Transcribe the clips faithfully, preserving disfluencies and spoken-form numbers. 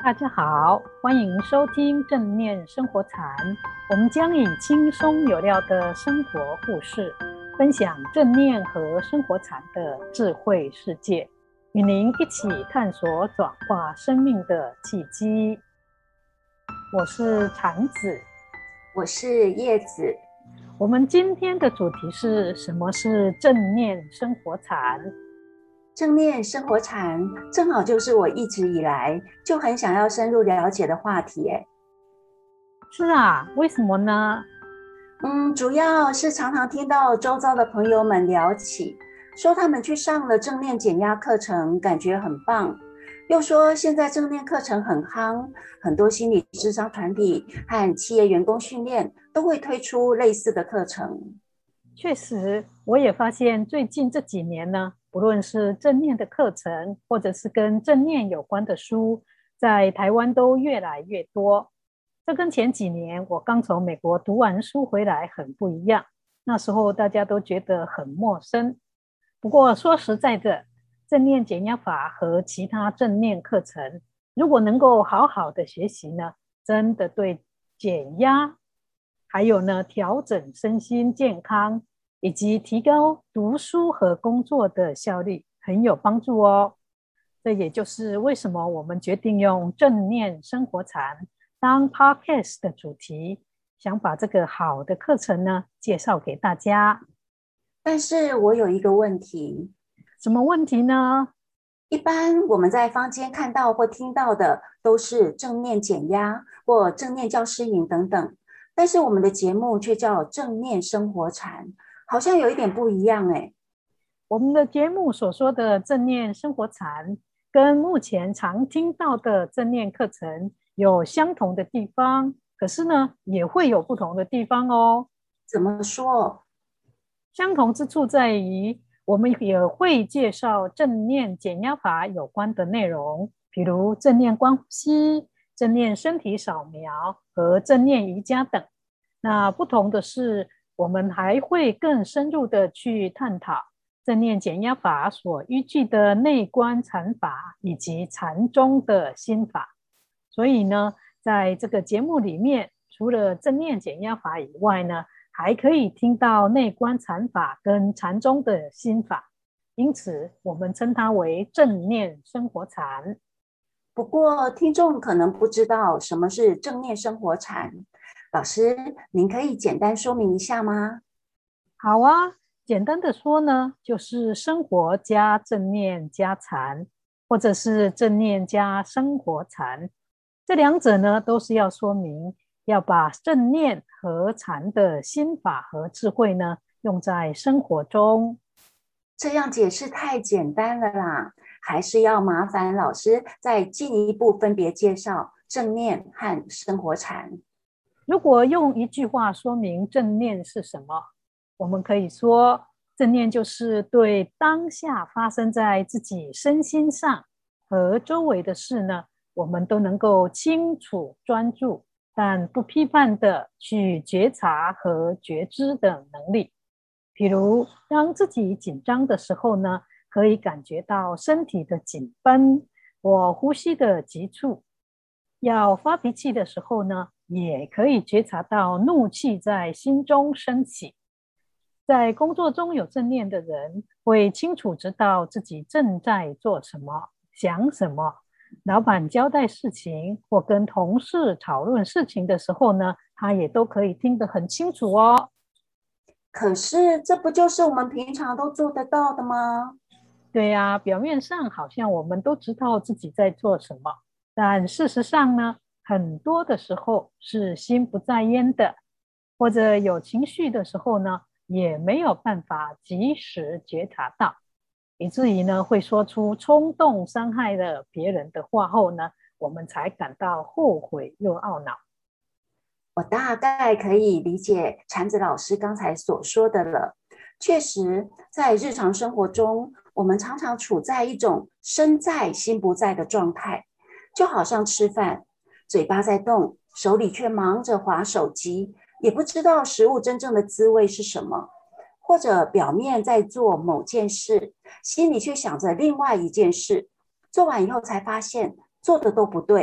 大家好，欢迎收听正念生活禅。我们将以轻松有料的生活故事，分享正念和生活禅的智慧世界，与您一起探索转化生命的契机。我是禅子， 我是叶子。 我们今天的主题是什么是正念生活禅？ 正念生活禅正好就是我一直以来就很想要深入了解的话题耶。 是啊，为什么呢？ 嗯，主要是常常听到周遭的朋友们聊起，说他们去上了正念减压课程，感觉很棒，又说现在正念课程很夯，很多心理咨商团体和企业员工训练都会推出类似的课程。 确实，我也发现最近这几年呢，不论是正念的课程，或者是跟正念有关的书，在台湾都越来越多。这跟前几年我刚从美国读完书回来很不一样，那时候大家都觉得很陌生。不过说实在的，正念减压法和其他正念课程，如果能够好好的学习呢，真的对减压还有呢，调整身心健康，以及提高读书和工作的效率很有帮助哦。这也就是为什么我们决定用正念生活禅当 podcast 的主题，想把这个好的课程呢介绍给大家。 但是我有一个问题， 什么问题呢？ 一般我们在坊间看到或听到的都是正念减压或正念教师营等等，但是我们的节目却叫正念生活禅，好像有一点不一样诶。 我们的节目所说的正念生活禅，跟目前常听到的正念课程有相同的地方，可是呢，也会有不同的地方哦。 怎么说？ 相同之处在于，我们也会介绍正念减压法有关的内容，比如正念观呼吸、正念身体扫描和正念瑜伽等。那不同的是，我们还会更深入的去探讨正念减压法所依据的内观禅法以及禅宗的心法。所以呢，在这个节目里面，除了正念减压法以外呢，还可以听到内观禅法跟禅宗的心法，因此我们称它为正念生活禅。 不过听众可能不知道什么是正念生活禅，老师您可以简单说明一下吗？ 好啊，简单的说呢，就是生活加正念加禅，或者是正念加生活禅。这两者呢，都是要说明要把正念和禅的心法和智慧呢，用在生活中。 这样解释太简单了啦，还是要麻烦老师再进一步分别介绍正念和生活禅。 如果用一句话说明正念是什么，我们可以说，正念就是对当下发生在自己身心上和周围的事呢，我们都能够清楚专注，但不批判的去觉察和觉知的能力。比如，当自己紧张的时候呢，可以感觉到身体的紧绷或呼吸的急促。要发脾气的时候呢，也可以觉察到怒气在心中升起。在工作中有正念的人，会清楚知道自己正在做什么、想什么。老板交代事情或跟同事讨论事情的时候呢，他也都可以听得很清楚哦。 可是这不就是我们平常都做得到的吗？ 对呀，表面上好像我们都知道自己在做什么，但事实上呢，很多的时候是心不在焉的，或者有情绪的时候呢，也没有办法及时觉察到，以至于呢，会说出冲动伤害了别人的话后呢，我们才感到后悔又懊恼。 我大概可以理解禅子老师刚才所说的了。确实，在日常生活中，我们常常处在一种身在心不在的状态，就好像吃饭，嘴巴在动，手里却忙着滑手机，也不知道食物真正的滋味是什么。或者表面在做某件事，心里却想着另外一件事，做完以后才发现做的都不对，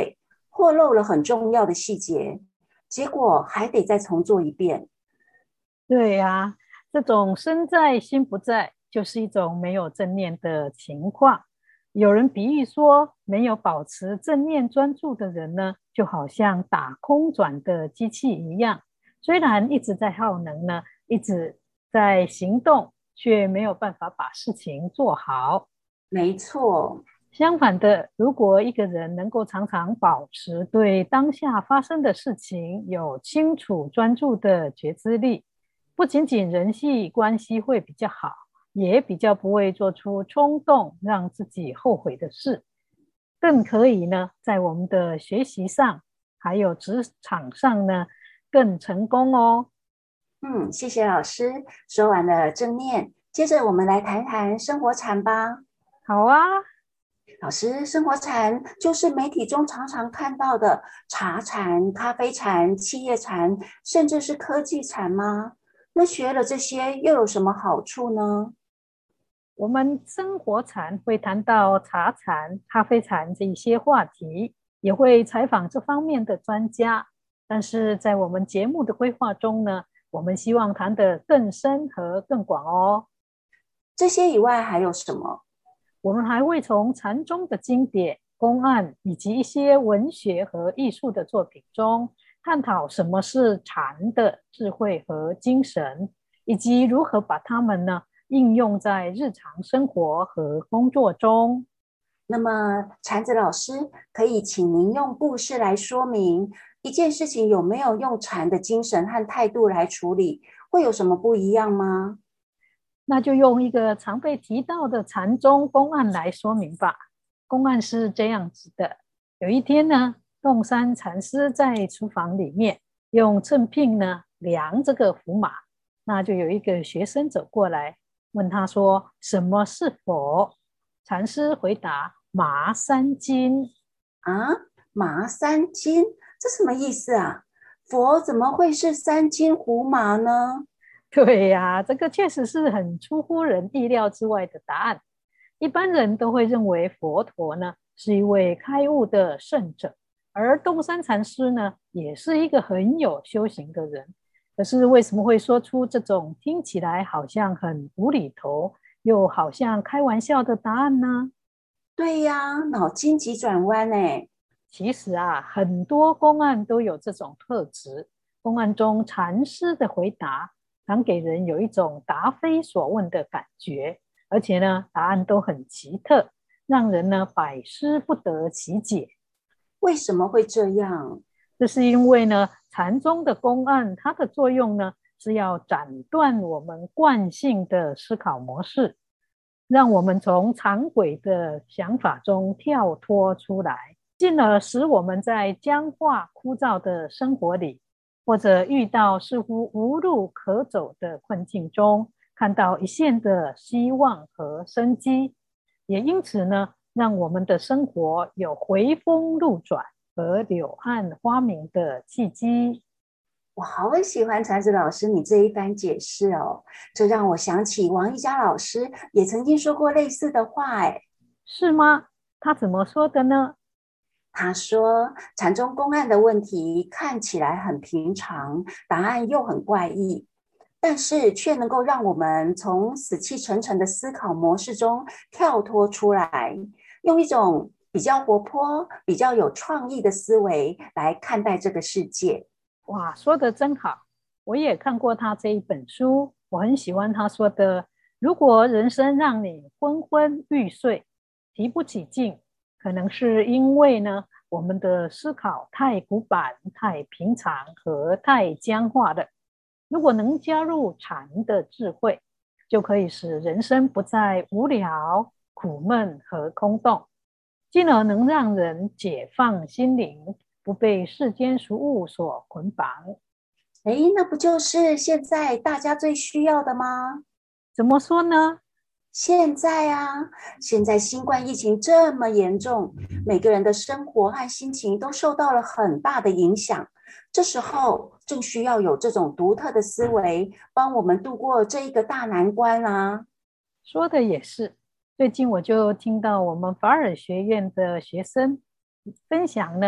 或漏了很重要的细节，结果还得再重做一遍。 对呀，这种身在心不在，就是一种没有正念的情况。有人比喻说，没有保持正念专注的人呢，就好像打空转的机器一样，虽然一直在耗能呢，一直在行动，却没有办法把事情做好。 没错。 相反的，如果一个人能够常常保持对当下发生的事情有清楚专注的觉知力，不仅仅人际关系会比较好，也比较不会做出冲动让自己后悔的事，更可以呢，在我们的学习上还有职场上呢更成功哦。 嗯，谢谢老师。说完了正念，接着我们来谈谈生活禅吧。 好啊。 老师，生活禅就是媒体中常常看到的茶禅、咖啡禅、企业禅，甚至是科技禅吗？那学了这些又有什么好处呢？ 我们生活禅会谈到茶禅、咖啡禅这一些话题，也会采访这方面的专家。但是在我们节目的规划中呢，我们希望谈得更深和更广哦。 这些以外还有什么？ 我们还会从禅宗的经典、公案以及一些文学和艺术的作品中，探讨什么是禅的智慧和精神，以及如何把它们呢应用在日常生活和工作中。 那么禅子老师，可以请您用故事来说明一件事情有没有用禅的精神和态度来处理，会有什么不一样吗？ 那就用一个常被提到的禅宗公案来说明吧。公案是这样子的：有一天呢，洞山禅师在厨房里面用秤砭呢量这个符码，那就有一个学生走过来问他说：什么是佛？禅师回答：麻三斤。 啊，麻三斤，这什么意思啊？佛怎么会是三斤胡麻呢？ 对呀，这个确实是很出乎人意料之外的答案。一般人都会认为佛陀呢是一位开悟的圣者，而东山禅师呢也是一个很有修行的人。可是为什么会说出这种听起来好像很无厘头，又好像开玩笑的答案呢？ 对呀，脑筋急转弯哎。 其实啊，很多公案都有这种特质。公案中禅师的回答常给人有一种答非所问的感觉，而且呢，答案都很奇特，让人呢百思不得其解。 为什么会这样？ 这是因为呢，禅宗的公案它的作用呢是要斩断我们惯性的思考模式，让我们从常轨的想法中跳脱出来，进而使我们在僵化枯燥的生活里，或者遇到似乎无路可走的困境中，看到一线的希望和生机，也因此呢，让我们的生活有回风路转和柳暗花明的契机。 我好喜欢禅子老师你这一番解释哦，这让我想起王一佳老师也曾经说过类似的话哎。 是吗？他怎么说的呢？ 他说，禅宗公案的问题看起来很平常，答案又很怪异，但是却能够让我们从死气沉沉的思考模式中跳脱出来，用一种比较活泼、比较有创意的思维来看待这个世界。 哇，说的真好！我也看过他这一本书，我很喜欢他说的：如果人生让你昏昏欲睡，提不起劲，可能是因为呢，我们的思考太古板、太平常和太僵化了。如果能加入禅的智慧，就可以使人生不再无聊、苦闷和空洞，进而能让人解放心灵，不被世间俗物所捆绑。 诶，那不就是现在大家最需要的吗？ 怎么说呢？ 现在啊，现在新冠疫情这么严重，每个人的生活和心情都受到了很大的影响。这时候正需要有这种独特的思维，帮我们度过这一个大难关啊！ 说的也是。最近我就听到我们法尔学院的学生分享呢，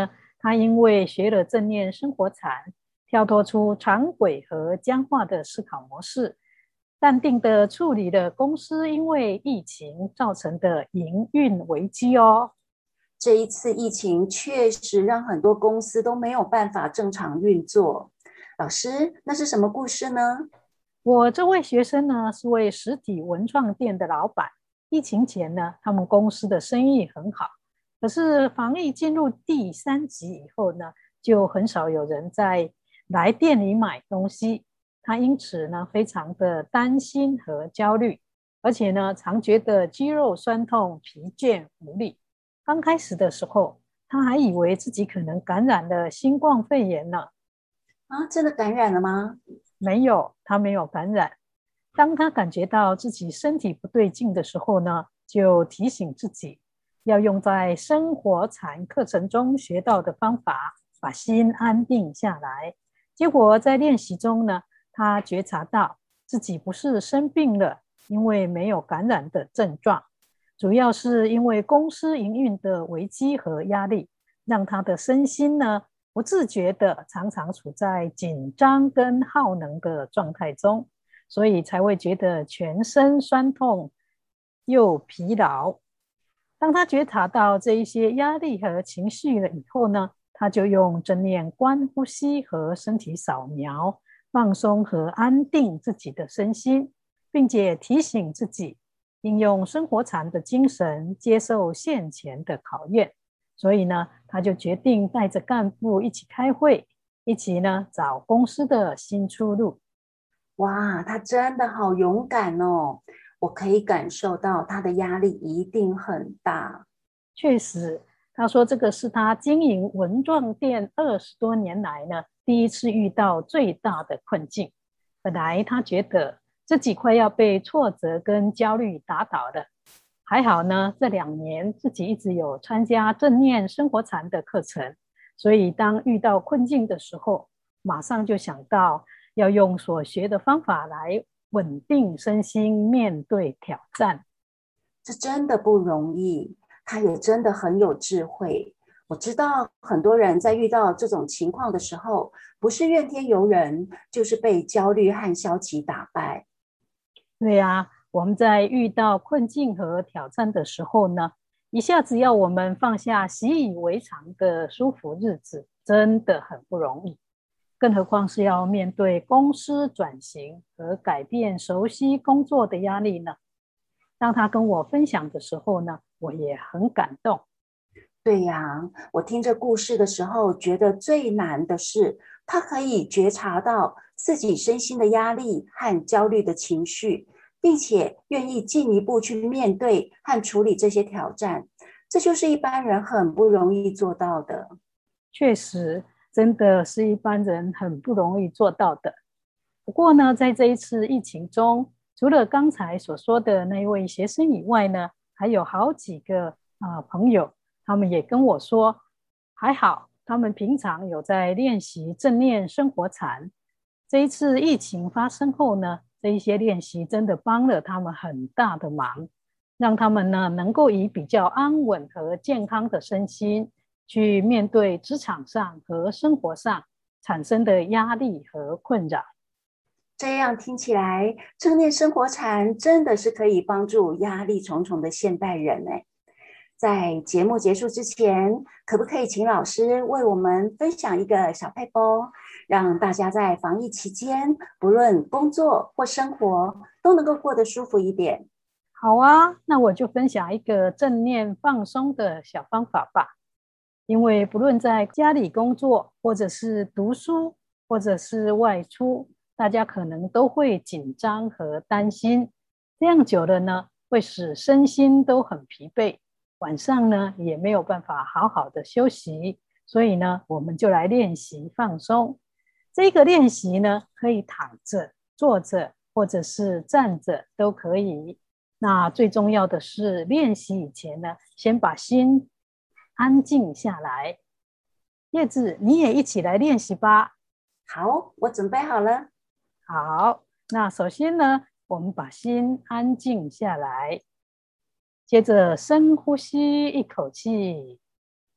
他因为学了正念生活禅，跳脱出常轨和僵化的思考模式，淡定地处理了公司因为疫情造成的营运危机哦。 这一次疫情确实让很多公司都没有办法正常运作。老师，那是什么故事呢？ 我这位学生呢，是位实体文创店的老板。疫情前呢，他们公司的生意很好，可是防疫进入第三级以后呢，就很少有人在来店里买东西。他因此呢，非常的担心和焦虑，而且呢，常觉得肌肉酸痛、疲倦无力。刚开始的时候，他还以为自己可能感染了新冠肺炎呢。 啊，真的感染了吗？ 没有，他没有感染。当他感觉到自己身体不对劲的时候呢，就提醒自己要用在生活禅课程中学到的方法，把心安定下来。结果在练习中呢，他觉察到自己不是生病了，因为没有感染的症状，主要是因为公司营运的危机和压力，让他的身心呢不自觉的常常处在紧张跟耗能的状态中，所以才会觉得全身酸痛又疲劳。当他觉察到这一些压力和情绪了以后呢，他就用正念观呼吸和身体扫描，放松和安定自己的身心，并且提醒自己应用生活禅的精神接受现前的考验。所以呢，他就决定带着干部一起开会，一起呢找公司的新出路。 哇，他真的好勇敢哦！我可以感受到他的压力一定很大。 确实，他说这个是他经营文创店二十多年来呢第一次遇到最大的困境。本来他觉得自己快要被挫折跟焦虑打倒了，还好呢，这两年自己一直有参加正念生活禅的课程，所以当遇到困境的时候，马上就想到要用所学的方法来稳定身心，面对挑战。 这真的不容易，他也真的很有智慧。我知道很多人在遇到这种情况的时候，不是怨天尤人，就是被焦虑和消极打败。 对啊，我们在遇到困境和挑战的时候呢，一下子要我们放下习以为常的舒服日子，真的很不容易。更何况是要面对公司转型和改变熟悉工作的压力呢？当他跟我分享的时候呢，我也很感动。 对呀，我听这故事的时候，觉得最难的是，他可以觉察到自己身心的压力和焦虑的情绪，并且愿意进一步去面对和处理这些挑战，这就是一般人很不容易做到的。 确实，真的是一般人很不容易做到的。不过呢，在这一次疫情中，除了刚才所说的那一位学生以外呢，还有好几个啊、呃、朋友，他们也跟我说，还好，他们平常有在练习正念生活禅。这一次疫情发生后呢，这一些练习真的帮了他们很大的忙，让他们呢能够以比较安稳和健康的身心去面对职场上和生活上产生的压力和困扰。 这样听起来，正念生活禅真的是可以帮助压力重重的现代人哎。在节目结束之前，可不可以请老师为我们分享一个小撇步，让大家在防疫期间，不论工作或生活，都能够过得舒服一点？ 好啊，那我就分享一个正念放松的小方法吧。因为不论在家里工作，或者是读书，或者是外出，大家可能都会紧张和担心。这样久了呢，会使身心都很疲惫，晚上呢也没有办法好好的休息。所以呢，我们就来练习放松。这个练习呢，可以躺着、坐着，或者是站着都可以。那最重要的是，练习以前呢，先把心安静下来。叶子，你也一起来练习吧。 好，我准备好了。 好，那首先呢，我们把心安静下来，接着深呼吸一口气，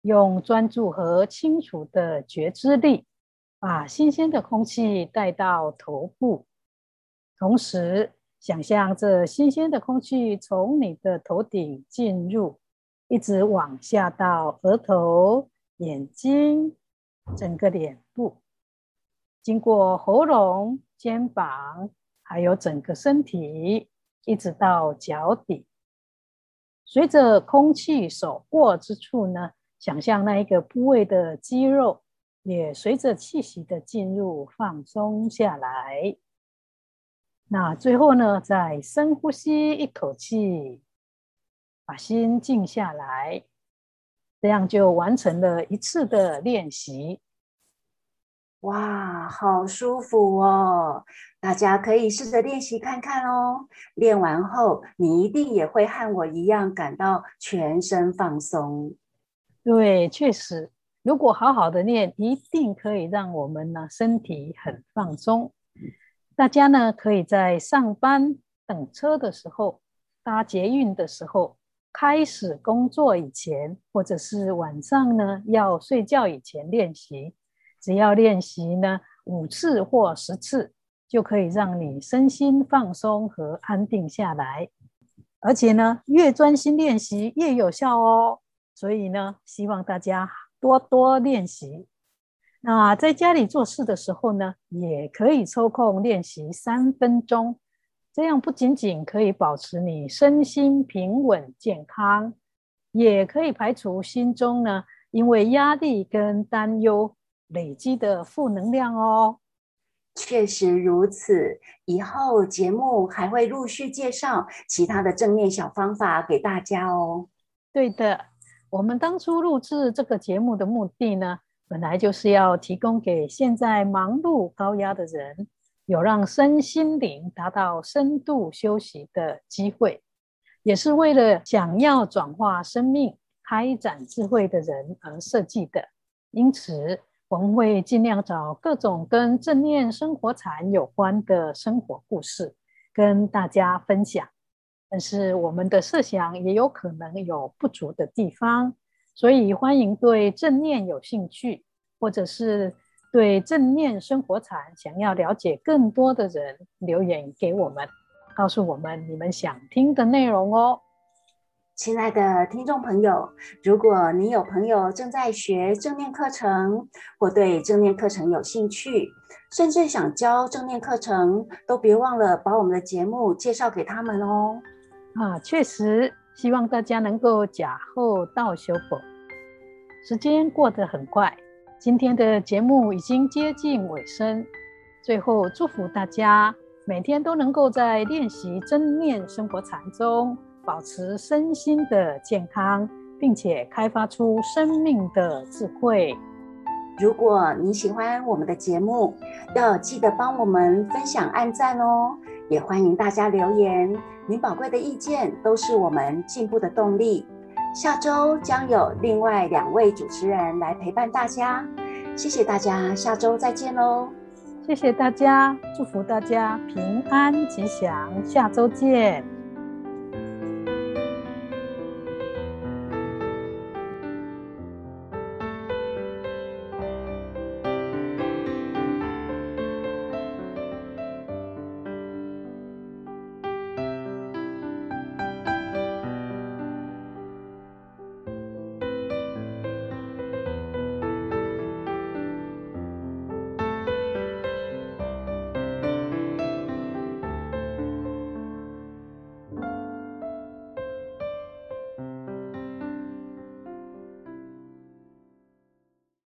用专注和清楚的觉知力，把新鲜的空气带到头部，同时想象这新鲜的空气从你的头顶进入，一直往下到额头、眼睛、整个脸部，经过喉咙、肩膀，还有整个身体，一直到脚底。随着空气手过之处呢，想象那一个部位的肌肉也随着气息的进入放松下来。那最后呢，再深呼吸一口气，把心静下来，这样就完成了一次的练习。 哇，好舒服哦！大家可以试着练习看看哦。练完后，你一定也会和我一样感到全身放松。 对，确实，如果好好的练，一定可以让我们呢身体很放松。大家呢可以在上班、等车的时候、搭捷运的时候、开始工作以前，或者是晚上呢要睡觉以前练习。只要练习呢五次或十次，就可以让你身心放松和安定下来。而且呢，越专心练习越有效哦。所以呢，希望大家多多练习。那在家里做事的时候呢，也可以抽空练习三分钟，这样不仅仅可以保持你身心平稳健康，也可以排除心中呢因为压力跟担忧累积的负能量哦。 确实如此，以后节目还会陆续介绍其他的正念小方法给大家哦。 对的，我们当初录制这个节目的目的呢，本来就是要提供给现在忙碌高压的人，有让身心灵达到深度休息的机会，也是为了想要转化生命、开展智慧的人而设计的。因此，我们会尽量找各种跟正念生活禅有关的生活故事，跟大家分享。但是我们的设想也有可能有不足的地方，所以欢迎对正念有兴趣，或者是对正念生活禅想要了解更多的人留言给我们，告诉我们你们想听的内容哦。 亲爱的听众朋友，如果你有朋友正在学正念课程，或对正念课程有兴趣，甚至想教正念课程，都别忘了把我们的节目介绍给他们哦。 啊，确实，希望大家能够假后到修补。时间过得很快，今天的节目已经接近尾声。最后，祝福大家每天都能够在练习正念生活禅中，保持身心的健康，并且开发出生命的智慧。 如果你喜欢我们的节目，要记得帮我们分享、按赞哦。也欢迎大家留言，您宝贵的意见都是我们进步的动力。下周将有另外两位主持人来陪伴大家，谢谢大家，下周再见喽！ 谢谢大家，祝福大家平安吉祥，下周见。